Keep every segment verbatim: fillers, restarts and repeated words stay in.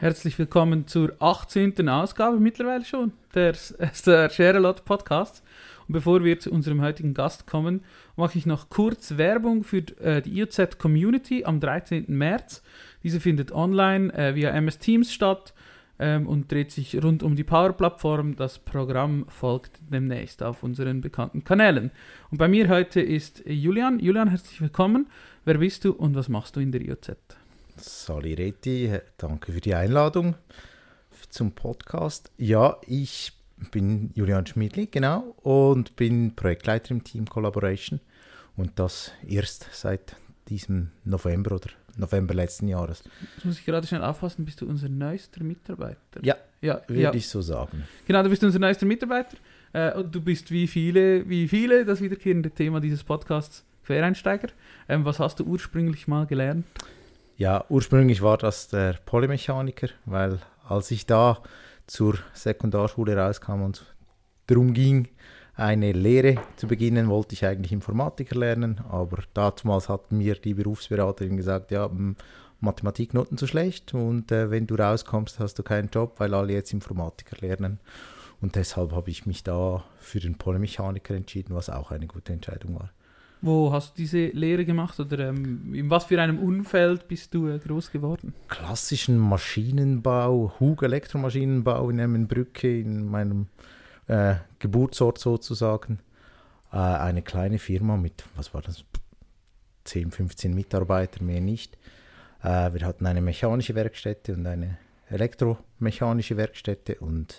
Herzlich willkommen zur achtzehnten Ausgabe mittlerweile schon der, der Share a Lot Podcast. Und bevor wir zu unserem heutigen Gast kommen, mache ich noch kurz Werbung für äh, die I O Z Community am dreizehnten März. Diese findet online äh, via M S Teams statt ähm, und dreht sich rund um die Power-Plattform. Das Programm folgt demnächst auf unseren bekannten Kanälen. Und bei mir heute ist Julian. Julian, herzlich willkommen. Wer bist du und was machst du in der I O Z? Sali Reti, danke für die Einladung zum Podcast. Ja, ich bin Julian Schmidli, genau, und bin Projektleiter im Team Collaboration und das erst seit diesem November oder November letzten Jahres. Jetzt muss ich gerade schnell aufpassen, bist du unser neuester Mitarbeiter? Ja, ja würde ja. ich so sagen. Genau, du bist unser neuester Mitarbeiter äh, und du bist wie viele, wie viele, das wiederkehrende Thema dieses Podcasts, Quereinsteiger. Ähm, was hast du ursprünglich mal gelernt? Ja, ursprünglich war das der Polymechaniker, weil als ich da zur Sekundarschule rauskam und darum ging, eine Lehre zu beginnen, wollte ich eigentlich Informatiker lernen, aber damals hat mir die Berufsberaterin gesagt, ja, Mathematiknoten zu schlecht und äh, wenn du rauskommst, hast du keinen Job, weil alle jetzt Informatiker lernen. Und deshalb habe ich mich da für den Polymechaniker entschieden, was auch eine gute Entscheidung war. Wo hast du diese Lehre gemacht oder ähm, in was für einem Umfeld bist du äh, groß geworden? Klassischen Maschinenbau, Hug Elektromaschinenbau in Emmenbrücke, in meinem äh, Geburtsort sozusagen. Äh, eine kleine Firma mit, was war das, zehn, fünfzehn Mitarbeitern, mehr nicht. Äh, wir hatten eine mechanische Werkstätte und eine elektromechanische Werkstätte und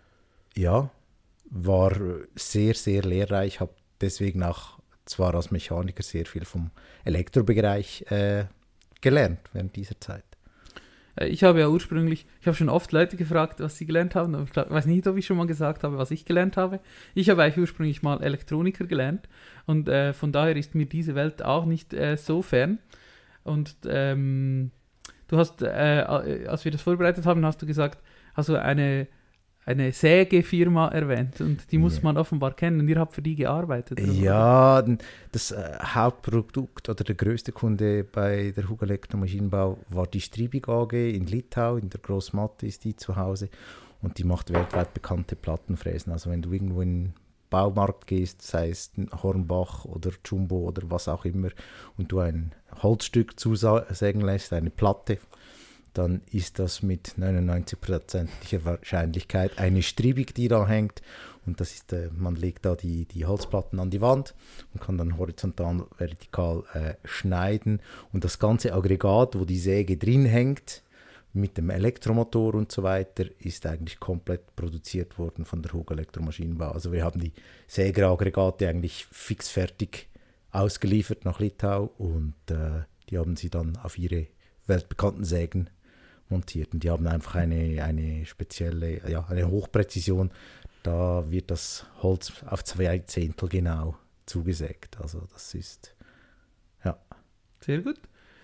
ja, war sehr, sehr lehrreich, habe deswegen auch zwar als Mechaniker sehr viel vom Elektrobereich äh, gelernt während dieser Zeit. Ich habe ja ursprünglich, ich habe schon oft Leute gefragt, was sie gelernt haben, aber ich glaub, weiß nicht, ob ich schon mal gesagt habe, was ich gelernt habe. Ich habe eigentlich ursprünglich mal Elektroniker gelernt und äh, von daher ist mir diese Welt auch nicht äh, so fern. Und ähm, du hast, äh, als wir das vorbereitet haben, hast du gesagt, hast du eine eine Sägefirma erwähnt und die muss yeah. man offenbar kennen und ihr habt für die gearbeitet. Oder? Ja, das äh, Hauptprodukt oder der größte Kunde bei der Hug Elektromaschinenbau war die Stribig A G in Littau, in der Großmatte ist die zu Hause und die macht weltweit bekannte Plattenfräsen. Also wenn du irgendwo in den Baumarkt gehst, sei es Hornbach oder Jumbo oder was auch immer und du ein Holzstück zusägen lässt, eine Platte, dann ist das mit neunundneunzig prozentiger Wahrscheinlichkeit eine Stribig, die da hängt. Und das ist, äh, man legt da die, die Holzplatten an die Wand und kann dann horizontal, vertikal äh, schneiden. Und das ganze Aggregat, wo die Säge drin hängt, mit dem Elektromotor und so weiter, ist eigentlich komplett produziert worden von der Hug Elektromaschinenbau. Also wir haben die Sägeaggregate eigentlich fix fertig ausgeliefert nach Littau und äh, die haben sie dann auf ihre weltbekannten Sägen montiert. Und die haben einfach eine, eine spezielle, ja, eine Hochpräzision. Da wird das Holz auf zwei Zehntel genau zugesägt. Also das ist, ja. Sehr gut.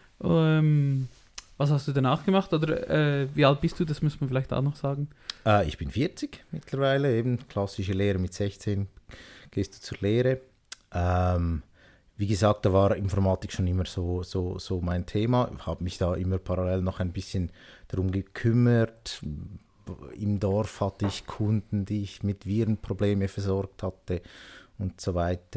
Ähm, was hast du danach gemacht? Oder äh, wie alt bist du? Das müssen wir vielleicht auch noch sagen. Äh, ich bin vierzig mittlerweile, eben klassische Lehre mit sechzehn gehst du zur Lehre. Ähm, Wie gesagt, da war Informatik schon immer so, so, so mein Thema. Ich habe mich da immer parallel noch ein bisschen darum gekümmert. Im Dorf hatte ich Kunden, die ich mit Virenproblemen versorgt hatte und so weiter.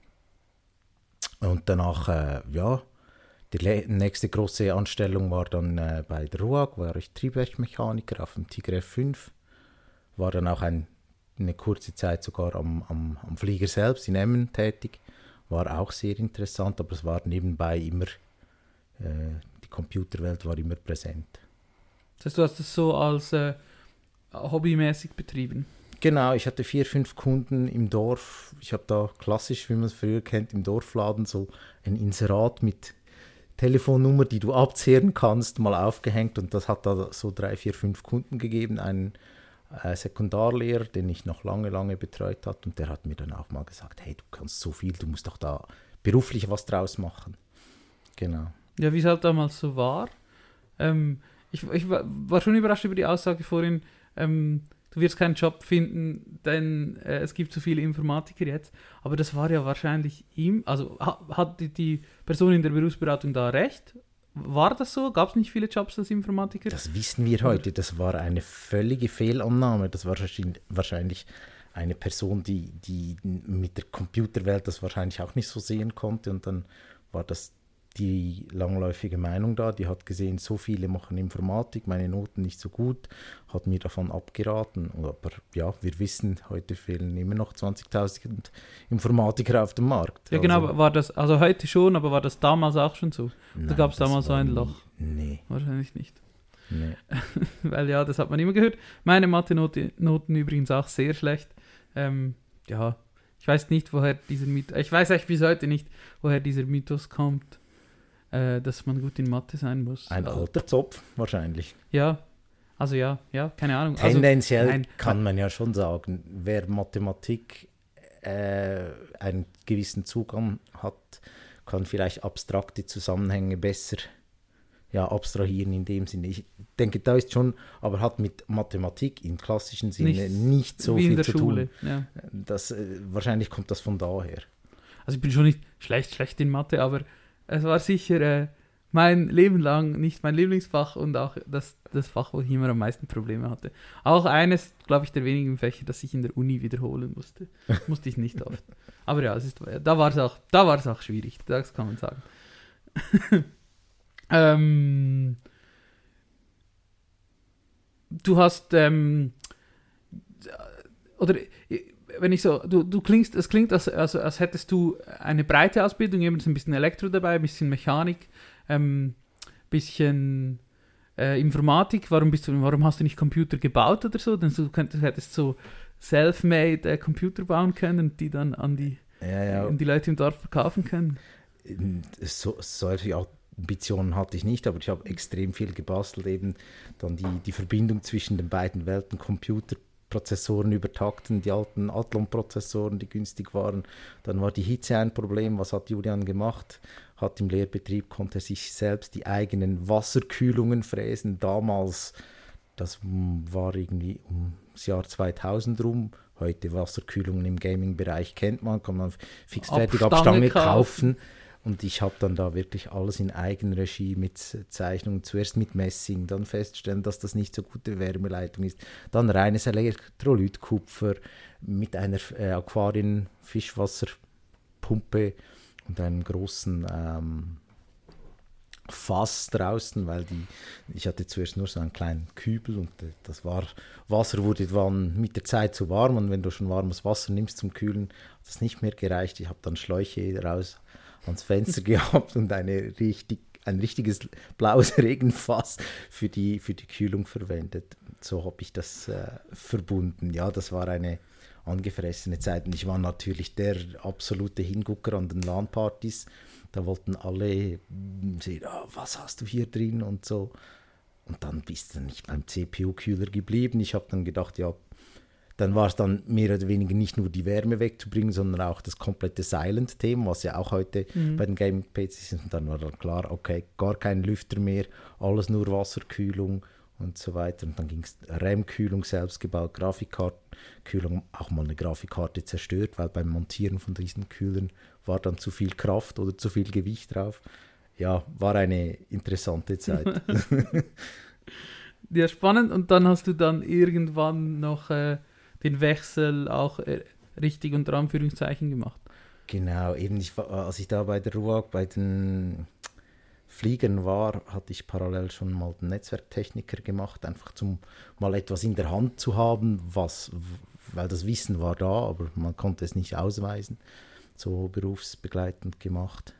Und danach, äh, ja, die le- nächste große Anstellung war dann äh, bei der R U A G, war ich Triebwerksmechaniker auf dem Tiger F fünf. War dann auch ein, eine kurze Zeit sogar am, am, am Flieger selbst in Emmen tätig. War auch sehr interessant, aber es war nebenbei immer, äh, die Computerwelt war immer präsent. Das heißt, du hast das so als äh, hobbymäßig betrieben? Genau, ich hatte vier, fünf Kunden im Dorf. Ich habe da klassisch, wie man es früher kennt, im Dorfladen so ein Inserat mit Telefonnummer, die du abzehren kannst, mal aufgehängt. Und das hat da so drei, vier, fünf Kunden gegeben. Einen äh, Sekundarlehrer, den ich noch lange, lange betreut habe. Und der hat mir dann auch mal gesagt, hey, du kannst so viel, du musst doch da beruflich was draus machen. Genau. Ja, wie es halt damals so war. Ähm, ich, ich war schon überrascht über die Aussage vorhin, ähm, du wirst keinen Job finden, denn äh, es gibt so viele Informatiker jetzt. Aber das war ja wahrscheinlich ihm, also ha, hat die, die Person in der Berufsberatung da recht? war das so? Gab es nicht viele Jobs als Informatiker? Das wissen wir heute. Das war eine völlige Fehlannahme. Das war wahrscheinlich eine Person, die, die mit der Computerwelt das wahrscheinlich auch nicht so sehen konnte. Und dann war das die langläufige Meinung da. Die hat gesehen, so viele machen Informatik, meine Noten nicht so gut, hat mir davon abgeraten. Aber ja, wir wissen, heute fehlen immer noch zwanzigtausend Informatiker auf dem Markt. Ja, genau, also, war das, also heute schon, aber war das damals auch schon so? Da gab es damals so ein nie, Loch? Nee. Wahrscheinlich nicht. Nee. Weil ja, das hat man immer gehört. Meine Mathe-Noten übrigens auch sehr schlecht. Ähm, ja, ich weiß nicht, woher dieser Mythos, ich weiß eigentlich bis heute nicht, woher dieser Mythos kommt, äh, dass man gut in Mathe sein muss. Ein also, alter Zopf, wahrscheinlich. Ja, also ja, ja, keine Ahnung. Tendenziell also, nein, kann man ja schon sagen, wer Mathematik äh, einen gewissen Zugang hat, kann vielleicht abstrakte Zusammenhänge besser ja, abstrahieren in dem Sinne. Ich denke, da ist schon, aber hat mit Mathematik im klassischen Sinne nicht, nicht so wie viel in der zu Schule, tun. Ja. Das, äh, wahrscheinlich kommt das von daher. Also ich bin schon nicht schlecht, schlecht in Mathe, aber es war sicher äh, mein Leben lang nicht mein Lieblingsfach und auch das, das Fach, wo ich immer am meisten Probleme hatte. Auch eines, glaube ich, der wenigen Fächer, das ich in der Uni wiederholen musste. Musste ich nicht oft. Aber ja, es ist, da war es auch, da war es auch schwierig, das kann man sagen. ähm, du hast, ähm, oder wenn ich so, du, du klingst, es klingt, als, als, als hättest du eine breite Ausbildung, eben ein bisschen Elektro dabei, ein bisschen Mechanik, ein ähm, bisschen äh, Informatik. Warum bist du, warum hast du nicht Computer gebaut oder so? Denn du könntest, hättest so self-made äh, Computer bauen können und die dann an die, ja, ja. an die Leute im Dorf verkaufen können. So, solche Ambitionen hatte ich nicht, aber ich habe extrem viel gebastelt, eben dann die, die Verbindung zwischen den beiden Welten, Computer, Prozessoren übertakten, die alten Athlon-Prozessoren, die günstig waren. Dann war die Hitze ein Problem. Was hat Julian gemacht? Hat im Lehrbetrieb, konnte sich selbst die eigenen Wasserkühlungen fräsen. Damals, das war irgendwie ums Jahr zweitausend rum. Heute Wasserkühlungen im Gaming-Bereich kennt man, kann man fixfertig ab Stange kaufen. Und ich habe dann da wirklich alles in Eigenregie mit Zeichnungen, zuerst mit Messing, dann feststellen, dass das nicht so gute Wärmeleitung ist, dann reines Elektrolytkupfer mit einer äh, Aquarien-Fischwasserpumpe und einem großen ähm, Fass draußen, weil die, ich hatte zuerst nur so einen kleinen Kübel und äh, das war, Wasser wurde dann mit der Zeit zu warm und wenn du schon warmes Wasser nimmst zum Kühlen, hat das nicht mehr gereicht. Ich habe dann Schläuche raus ans Fenster gehabt und eine richtig, ein richtiges blaues Regenfass für die, für die Kühlung verwendet. So habe ich das äh, verbunden. Ja, das war eine angefressene Zeit. Und ich war natürlich der absolute Hingucker an den LAN-Partys. Da wollten alle sehen, oh, was hast du hier drin und so. Und dann bist du nicht beim C P U-Kühler geblieben. Ich habe dann gedacht, ja, dann war es dann mehr oder weniger nicht nur die Wärme wegzubringen, sondern auch das komplette Silent-Thema, was ja auch heute mhm. bei den Gaming-P Cs ist. Und dann war dann klar, okay, gar kein Lüfter mehr, alles nur Wasserkühlung und so weiter. Und dann ging es RAM-Kühlung selbst gebaut, Grafikkartenkühlung, auch mal eine Grafikkarte zerstört, weil beim Montieren von diesen Kühlern war dann zu viel Kraft oder zu viel Gewicht drauf. Ja, war eine interessante Zeit. Ja, spannend. Und dann hast du dann irgendwann noch äh, den Wechsel auch äh, richtig unter Anführungszeichen gemacht. Genau, eben ich, als ich da bei der R U A G bei den Fliegern war, hatte ich parallel schon mal den Netzwerktechniker gemacht, einfach zum mal etwas in der Hand zu haben, was, weil das Wissen war da, aber man konnte es nicht ausweisen, so berufsbegleitend gemacht.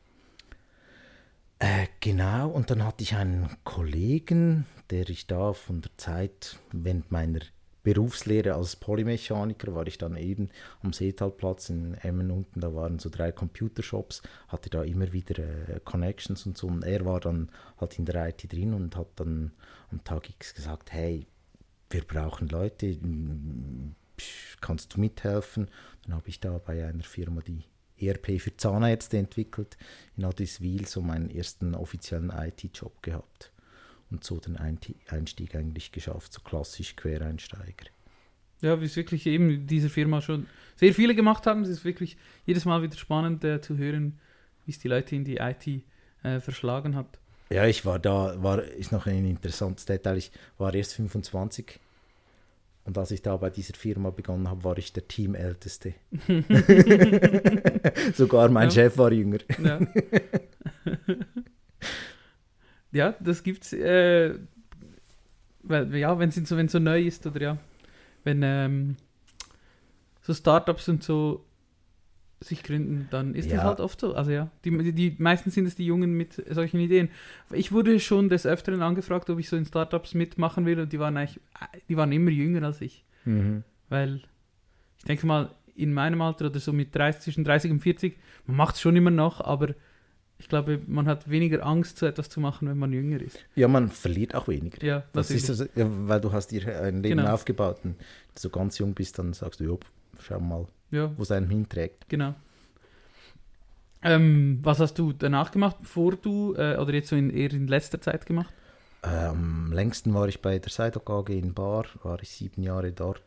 Äh, genau, und dann hatte ich einen Kollegen, der ich da von der Zeit während meiner Berufslehre als Polymechaniker war ich dann eben am Seetalplatz in Emmen unten, da waren so drei Computershops, hatte da immer wieder äh, Connections und so und er war dann halt in der I T drin und hat dann am Tag X gesagt, hey, wir brauchen Leute, kannst du mithelfen? Dann habe ich da bei einer Firma die E R P für Zahnärzte entwickelt, in Adiswil so meinen ersten offiziellen I T-Job gehabt. Und so den Einstieg eigentlich geschafft, so klassisch Quereinsteiger. Ja, wie es wirklich eben in dieser Firma schon sehr viele gemacht haben. Es ist wirklich jedes Mal wieder spannend äh, zu hören, wie es die Leute in die I T äh, verschlagen hat. Ja, ich war da, war, ist noch ein interessantes Detail, ich war erst fünfundzwanzig und als ich da bei dieser Firma begonnen habe, war ich der Teamälteste. Sogar mein Ja. Chef war jünger. Ja, ja das gibt's, äh, weil, ja, wenn es so, wenn so neu ist oder ja, wenn ähm, so Startups und so sich gründen, dann ist Ja. das halt oft so. Also ja, die, die, die meistens sind es die Jungen mit solchen Ideen. Ich wurde schon des Öfteren angefragt, ob ich so in Startups mitmachen will und die waren eigentlich, die waren immer jünger als ich. Mhm. Weil ich denke mal, in meinem Alter oder so mit dreißig, zwischen dreißig und vierzig, man macht es schon immer noch, aber ich glaube, man hat weniger Angst, so etwas zu machen, wenn man jünger ist. Ja, man verliert auch weniger. Ja, Das ist natürlich. das, ja, weil du hast dir ein Leben Genau. aufgebaut und wenn du so ganz jung bist, dann sagst du, jop, schau mal, Ja, wo es einem hinträgt. genau. Ähm, was hast du danach gemacht, bevor du, äh, oder jetzt so in, eher in letzter Zeit gemacht? Äh, am längsten war ich bei der Seidok A G in Bar, war ich sieben Jahre dort.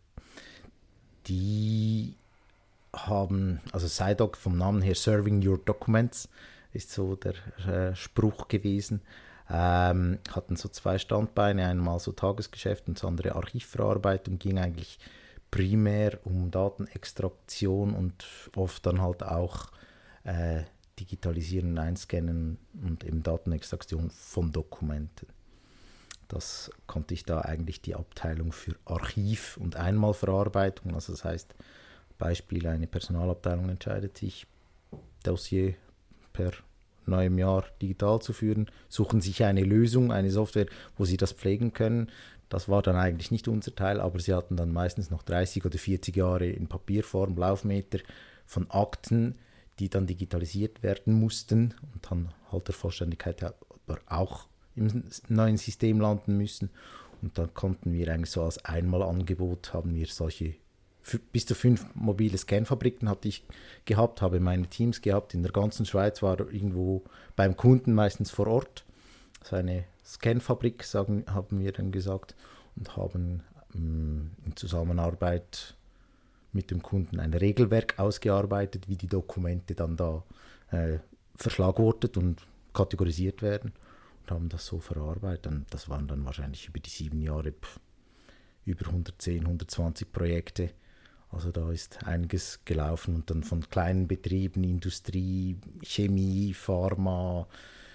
Die haben, also Seidok vom Namen her, Serving Your Documents, ist so der äh, Spruch gewesen. Ähm, hatten so zwei Standbeine, einmal so Tagesgeschäft und das andere Archivverarbeitung, ging eigentlich primär um Datenextraktion und oft dann halt auch äh, Digitalisieren, Einscannen und eben Datenextraktion von Dokumenten. Das konnte ich da eigentlich die Abteilung für Archiv- und Einmalverarbeitung, also das heißt, Beispiel, eine Personalabteilung entscheidet sich, Dossier per neuem Jahr digital zu führen, suchen sich eine Lösung, eine Software, wo sie das pflegen können. Das war dann eigentlich nicht unser Teil, aber sie hatten dann meistens noch dreißig oder vierzig Jahre in Papierform, Laufmeter von Akten, die dann digitalisiert werden mussten und dann halt der Vollständigkeit aber auch im neuen System landen müssen. Und dann konnten wir eigentlich so als Einmalangebot, haben wir solche bis zu fünf mobile Scanfabriken hatte ich gehabt, habe meine Teams gehabt. In der ganzen Schweiz war irgendwo beim Kunden meistens vor Ort. So eine Scanfabrik, sagen, haben wir dann gesagt, und haben ähm, in Zusammenarbeit mit dem Kunden ein Regelwerk ausgearbeitet, wie die Dokumente dann da äh, verschlagwortet und kategorisiert werden und haben das so verarbeitet. Und das waren dann wahrscheinlich über die sieben Jahre pff, über hundertzehn, hundertzwanzig Projekte. Also da ist einiges gelaufen und dann von kleinen Betrieben, Industrie, Chemie, Pharma,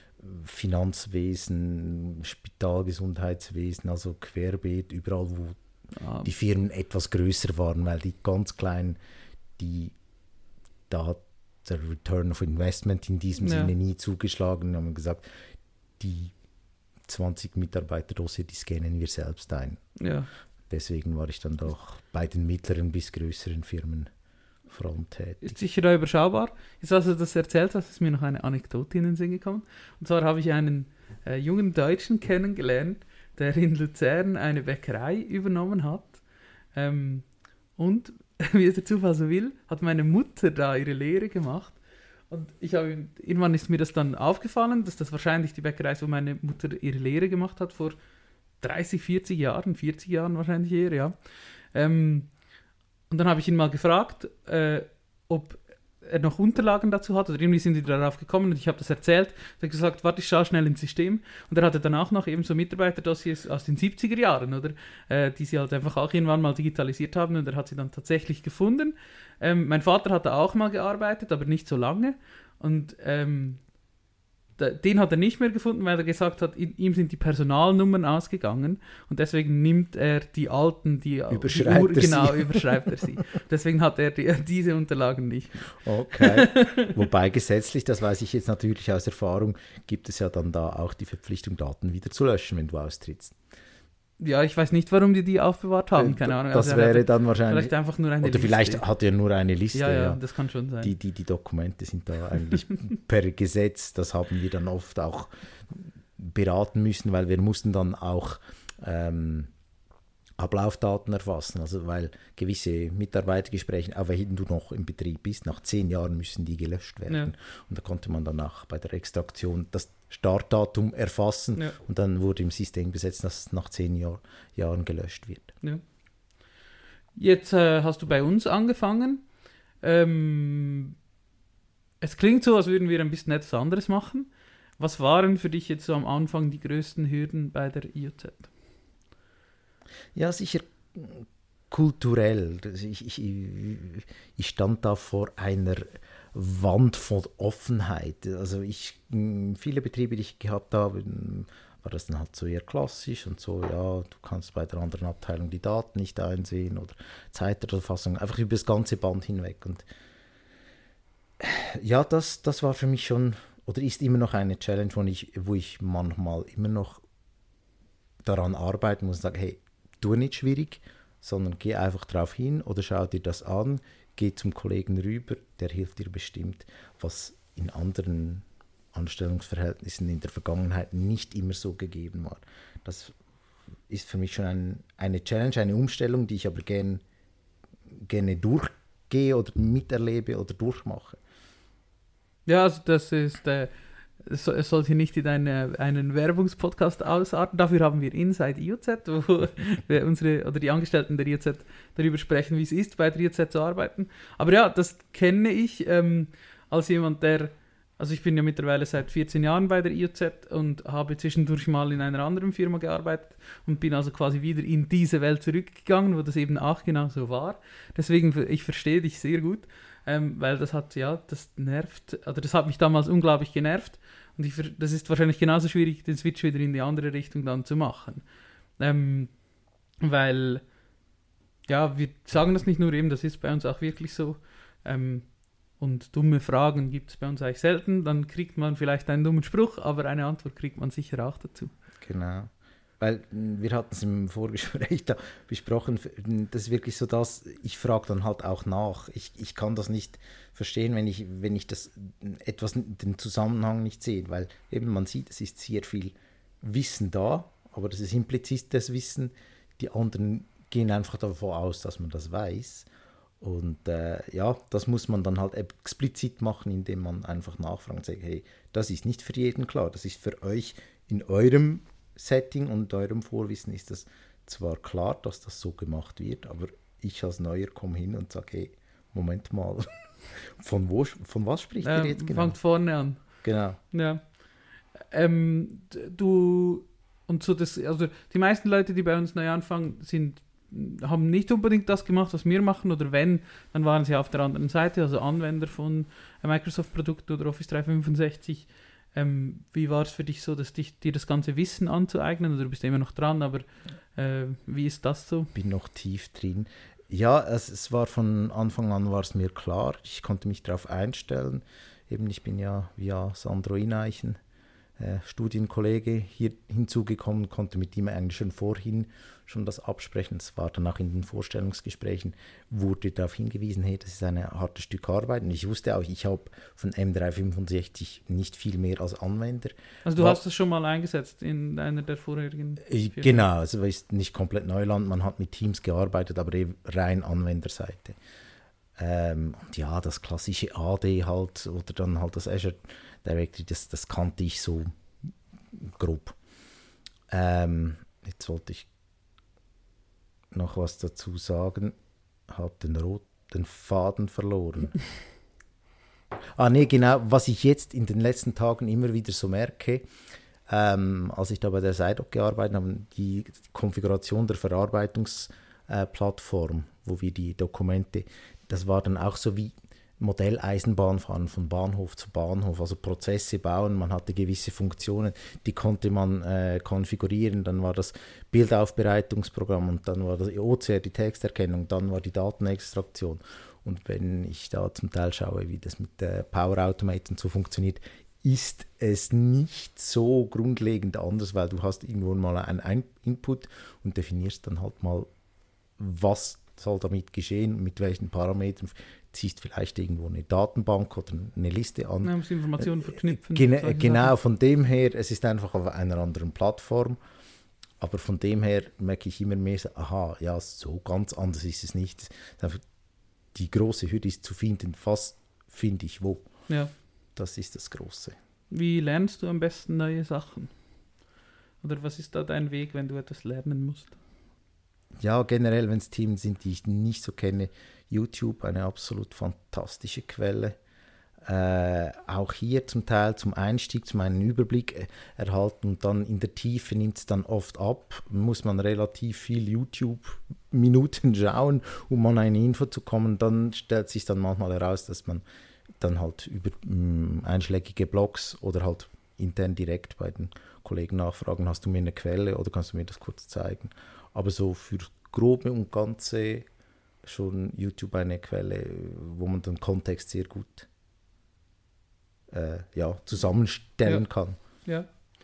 Finanzwesen, Spitalgesundheitswesen, also querbeet, überall, wo Ah, die Firmen etwas größer waren, weil die ganz kleinen, die, da hat der Return of Investment in diesem Ja. Sinne nie zugeschlagen. Wir haben gesagt, die zwanzig Mitarbeiter-Dossier, die scannen wir selbst ein. ja. Deswegen war ich dann doch bei den mittleren bis größeren Firmen vor allem tätig. Ist sicher da überschaubar. Jetzt, als du das erzählt hast, ist mir noch eine Anekdote in den Sinn gekommen. Und zwar habe ich einen äh, jungen Deutschen kennengelernt, der in Luzern eine Bäckerei übernommen hat. Ähm, und, wie es der Zufall so will, hat meine Mutter da ihre Lehre gemacht. Und ich habe, irgendwann ist mir das dann aufgefallen, dass das wahrscheinlich die Bäckerei ist, wo meine Mutter ihre Lehre gemacht hat, vor dreißig, vierzig Jahren, vierzig Jahren wahrscheinlich eher, ja. Ähm, und dann habe ich ihn mal gefragt, äh, ob er noch Unterlagen dazu hat, oder irgendwie sind die darauf gekommen und ich habe das erzählt. Er hat gesagt, warte, ich schaue schnell ins System. Und er hatte dann auch noch eben so Mitarbeiterdossiers aus den siebziger Jahren, oder? Äh, die sie halt einfach auch irgendwann mal digitalisiert haben und er hat sie dann tatsächlich gefunden. Ähm, mein Vater hat da auch mal gearbeitet, aber nicht so lange. Und ähm, den hat er nicht mehr gefunden, weil er gesagt hat, in, ihm sind die Personalnummern ausgegangen und deswegen nimmt er die alten, die, Überschreibt die Uhr, er genau, sie. überschreibt er sie. Deswegen hat er die, diese Unterlagen nicht. Okay. Wobei gesetzlich, das weiß ich jetzt natürlich aus Erfahrung, gibt es ja dann da auch die Verpflichtung, Daten wieder zu löschen, wenn du austrittst. Ja, ich weiß nicht, warum die die aufbewahrt haben, keine Ahnung. Das Also er wäre hatte dann wahrscheinlich, vielleicht einfach nur eine oder Liste. vielleicht hat er nur eine Liste. ja, ja, ja. das kann schon sein. Die, die, die Dokumente sind da eigentlich per Gesetz, das haben wir dann oft auch beraten müssen, weil wir mussten dann auch ähm, Ablaufdaten erfassen, also weil gewisse Mitarbeitergespräche, auch wenn du noch im Betrieb bist, nach zehn Jahren müssen die gelöscht werden. Ja. Und da konnte man dann auch bei der Extraktion das Startdatum erfassen Ja. und dann wurde im System gesetzt, dass es nach zehn Jahr, Jahren gelöscht wird. Ja. Jetzt äh, hast du bei uns angefangen. Ähm, es klingt so, als würden wir ein bisschen etwas anderes machen. Was waren für dich jetzt so am Anfang die größten Hürden bei der I O Z? Ja, sicher kulturell. Ich, ich, ich stand da vor einer Wand von Offenheit. Also ich, viele Betriebe, die ich gehabt habe, war das dann halt so eher klassisch und so, ja, du kannst bei der anderen Abteilung die Daten nicht einsehen oder Zeiterfassung, einfach über das ganze Band hinweg. Und ja, das, das war für mich schon, oder ist immer noch eine Challenge, wo ich, wo ich manchmal immer noch daran arbeiten muss und sage, hey, tu nicht schwierig, sondern geh einfach drauf hin oder schau dir das an, geh zum Kollegen rüber, der hilft dir bestimmt, was in anderen Anstellungsverhältnissen in der Vergangenheit nicht immer so gegeben war. Das ist für mich schon ein, eine Challenge, eine Umstellung, die ich aber gern, gerne durchgehe oder miterlebe oder durchmache. Ja, also das ist, äh, es, es soll hier nicht in eine, einen Werbungspodcast ausarten. Dafür haben wir Inside I O Z, wo wir unsere oder die Angestellten der I O Z darüber sprechen, wie es ist, bei der I O Z zu arbeiten. Aber ja, das kenne ich ähm, als jemand, der Also ich bin ja mittlerweile seit vierzehn Jahren bei der I O Z und habe zwischendurch mal in einer anderen Firma gearbeitet und bin also quasi wieder in diese Welt zurückgegangen, wo das eben auch genau so war. Deswegen, ich verstehe dich sehr gut, ähm, weil das hat, ja, das nervt, oder das hat mich damals unglaublich genervt und ich, das ist wahrscheinlich genauso schwierig, den Switch wieder in die andere Richtung dann zu machen. Ähm, weil, ja, wir sagen das nicht nur eben, das ist bei uns auch wirklich so, ähm, und dumme Fragen gibt es bei uns eigentlich selten. Dann kriegt man vielleicht einen dummen Spruch, aber eine Antwort kriegt man sicher auch dazu. Genau. Weil wir hatten es im Vorgespräch da besprochen, das ist wirklich so, dass ich frage dann halt auch nach. Ich, ich kann das nicht verstehen, wenn ich, wenn ich das etwas, den Zusammenhang nicht sehe. Weil eben man sieht, es ist sehr viel Wissen da, aber das ist implizites Wissen. Die anderen gehen einfach davon aus, dass man das weiß. Und äh, ja, das muss man dann halt explizit machen, indem man einfach nachfragt und sagt, hey, das ist nicht für jeden klar, das ist für euch in eurem Setting und eurem Vorwissen ist das zwar klar, dass das so gemacht wird, aber ich als Neuer komme hin und sage, hey, Moment mal, von, wo, von was spricht ja, ihr jetzt genau? Fangt vorne an. Genau. Ja. Ähm, du, und so das, also die meisten Leute, die bei uns neu anfangen, sind haben nicht unbedingt das gemacht, was wir machen, oder wenn, dann waren sie auf der anderen Seite, also Anwender von Microsoft-Produkten oder Office dreihundertfünfundsechzig. Ähm, wie war es für dich so, dass dich, dir das ganze Wissen anzueignen, oder du bist immer noch dran, aber äh, wie ist das so? Ich bin noch tief drin. Ja, es, es war von Anfang an war es mir klar, ich konnte mich darauf einstellen. Eben, ich bin ja via Sandro Ineichen, äh, Studienkollege, hier hinzugekommen, konnte mit ihm eigentlich schon vorhin schon das absprechen. Es war dann auch in den Vorstellungsgesprächen, wurde darauf hingewiesen, hey, das ist ein hartes Stück Arbeit. Und ich wusste auch, ich habe von M dreihundertfünfundsechzig nicht viel mehr als Anwender. Also du war, hast das schon mal eingesetzt in einer der vorherigen Firmen? Genau, es ist nicht komplett Neuland, man hat mit Teams gearbeitet, aber eben rein Anwenderseite. Ähm, und ja, das klassische A D halt, oder dann halt das Azure Directory, das, das kannte ich so grob. Ähm, jetzt wollte ich noch was dazu sagen, habe den roten Faden verloren. ah nee, genau, was ich jetzt in den letzten Tagen immer wieder so merke, ähm, als ich da bei der SIDOC gearbeitet habe, die, die Konfiguration der Verarbeitungsplattform, äh, wo wir die Dokumente, das war dann auch so wie Modelleisenbahn fahren, von Bahnhof zu Bahnhof, also Prozesse bauen, man hatte gewisse Funktionen, die konnte man äh, konfigurieren, dann war das Bildaufbereitungsprogramm und dann war das O C R, die Texterkennung, dann war die Datenextraktion. Und wenn ich da zum Teil schaue, wie das mit der Power Automate und so funktioniert, ist es nicht so grundlegend anders, weil du hast irgendwo mal einen Input und definierst dann halt mal, was soll damit geschehen, mit welchen Parametern, ziehst vielleicht irgendwo eine Datenbank oder eine Liste an. Man muss Informationen verknüpfen. Gen- genau, von dem her, es ist einfach auf einer anderen Plattform, aber von dem her merke ich immer mehr, so, aha, ja, so ganz anders ist es nicht. Die große Hürde ist zu finden, was finde ich wo. Ja. Das ist das Große. Wie lernst du am besten neue Sachen? Oder was ist da dein Weg, wenn du etwas lernen musst? Ja, generell, wenn es Themen sind, die ich nicht so kenne, YouTube, eine absolut fantastische Quelle. Äh, auch hier zum Teil zum Einstieg, zum einen Überblick äh, erhalten und dann in der Tiefe nimmt es dann oft ab, muss man relativ viel YouTube-Minuten schauen, um an eine Info zu kommen. Dann stellt sich dann manchmal heraus, dass man dann halt über mh, einschlägige Blogs oder halt intern direkt bei den Kollegen nachfragen, hast du mir eine Quelle oder kannst du mir das kurz zeigen. Aber so für Grobe und Ganze schon YouTube eine Quelle, wo man den Kontext sehr gut Äh, ja, zusammenstellen ja. kann. Ja.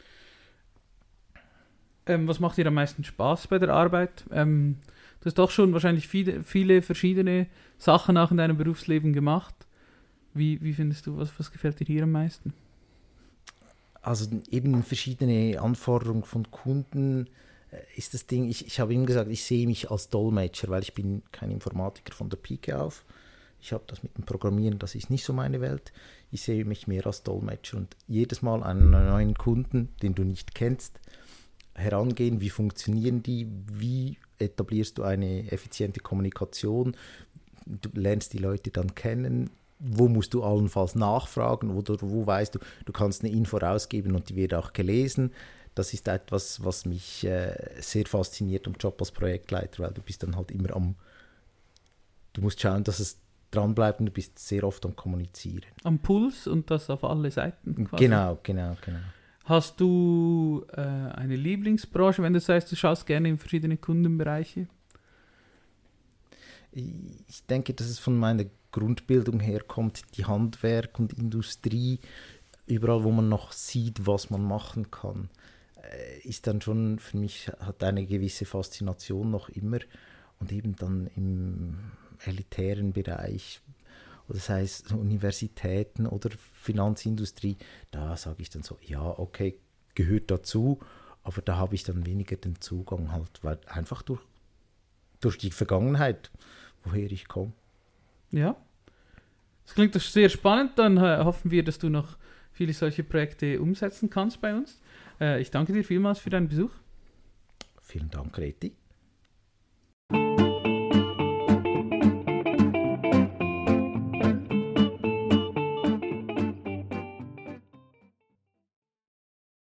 Ähm, was macht dir am meisten Spaß bei der Arbeit? Ähm, du hast doch schon wahrscheinlich viele, viele verschiedene Sachen auch in deinem Berufsleben gemacht. Wie, wie findest du, was, was gefällt dir hier am meisten? Also eben verschiedene Anforderungen von Kunden äh, ist das Ding, ich, ich habe ihm gesagt, ich sehe mich als Dolmetscher, weil ich bin kein Informatiker von der Pike auf. Ich habe das mit dem Programmieren, das ist nicht so meine Welt. Ich sehe mich mehr als Dolmetscher und jedes Mal einen neuen Kunden, den du nicht kennst, herangehen, wie funktionieren die, wie etablierst du eine effiziente Kommunikation, du lernst die Leute dann kennen, wo musst du allenfalls nachfragen oder wo weißt du, du kannst eine Info rausgeben und die wird auch gelesen. Das ist etwas, was mich äh, sehr fasziniert am Job als Projektleiter, weil du bist dann halt immer am, du musst schauen, dass es dranbleiben, du bist sehr oft am Kommunizieren. Am Puls und das auf alle Seiten quasi. Genau, genau, genau. Hast du äh, eine Lieblingsbranche, wenn du sagst, du schaust gerne in verschiedene Kundenbereiche? Ich denke, dass es von meiner Grundbildung herkommt, die Handwerk und Industrie, überall wo man noch sieht, was man machen kann, ist dann schon für mich, hat eine gewisse Faszination noch immer und eben dann im elitären Bereich, oder das heißt Universitäten oder Finanzindustrie, da sage ich dann so, ja, okay, gehört dazu, aber da habe ich dann weniger den Zugang halt, weil einfach durch, durch die Vergangenheit, woher ich komme. Ja, das klingt doch sehr spannend, dann äh, hoffen wir, dass du noch viele solche Projekte umsetzen kannst bei uns. Äh, ich danke dir vielmals für deinen Besuch. Vielen Dank, Reti.